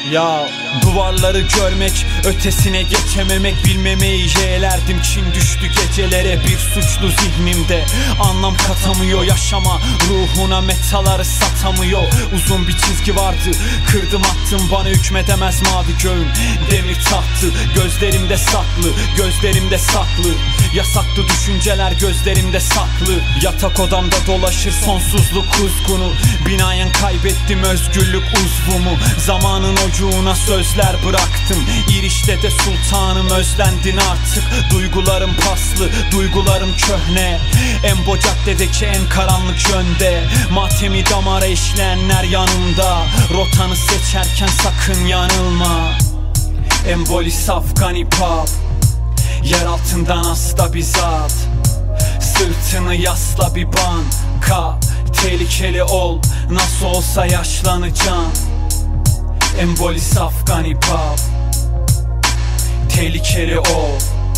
Ya duvarları görmek, ötesine geçememek, bilmemeyi yeğlerdim. Kin düştü gecelere, bir suçlu zihnimde. Anlam katamıyor yaşama, ruhuna metaları satamıyor. Uzun bir çizgi vardı, kırdım attım, bana hükmedemez mavi göğün demir tahtı. Gözlerimde saklı, gözlerimde saklı. Yasaklı düşünceler gözlerimde saklı. Yatak odamda dolaşır sonsuzluk kuzgunu. Binaen kaybettim özgürlük uzvumu. Zamanın ucuğuna sözler bıraktım. İrişte de sultanım özlendin artık. Duygularım paslı, duygularım köhne. Embo caddedeki en karanlık yönde. Matemi damara işleyenler yanımda. Rotanı seçerken sakın yanılma. Emboli Safgani pop. Yer altından asla bir zat. Sırtını yasla bir banka. Tehlikeli ol, nasıl olsa yaşlanacaksın. Emboli Safgani pop. Tehlikeli ol,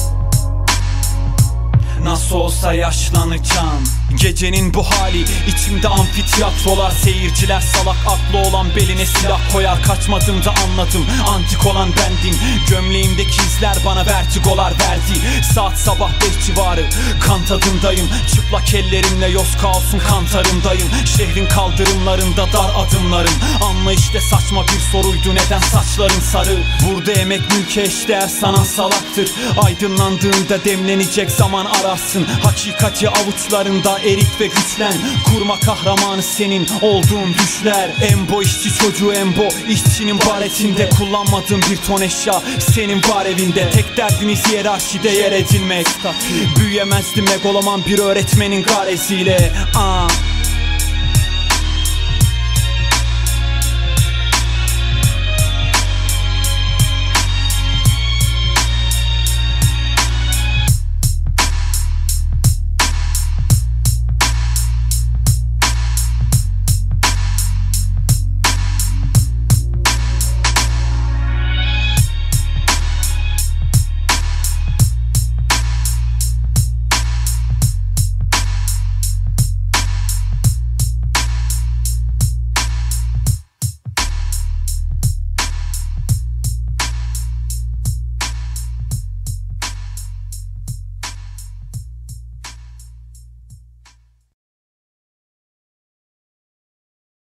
nasıl olsa yaşlanacaksın. Gecenin bu hali, içimde amfitiyatrolar. Seyirciler salak, aklı olan beline silah koyar. Kaçmadığımda anladım, antik olan bendim. Gömleğimdeki izler bana vertigolar verdi. Saat sabah 5 civarı, kan tadındayım. Çıplak ellerimle yoska olsun kantarımdayım. Şehrin kaldırımlarında dar adımlarım. Anla işte saçma bir soruydu, neden saçların sarı? Burada emek mülke eşdeğer sanan salaktır. Aydınlandığında demlenecek zaman ararsın. Hakikati avuçlarında erit ve güçlen. Kurma kahramanı senin olduğun düşler. Embo işçi çocuğu Embo, işçinin baretinde. Kullanmadığın bir ton eşya senin var evinde. Tek derdiniz hiyerarşide yer edilmek. Büyüyemezdim megaloman bir öğretmenin garesiyle.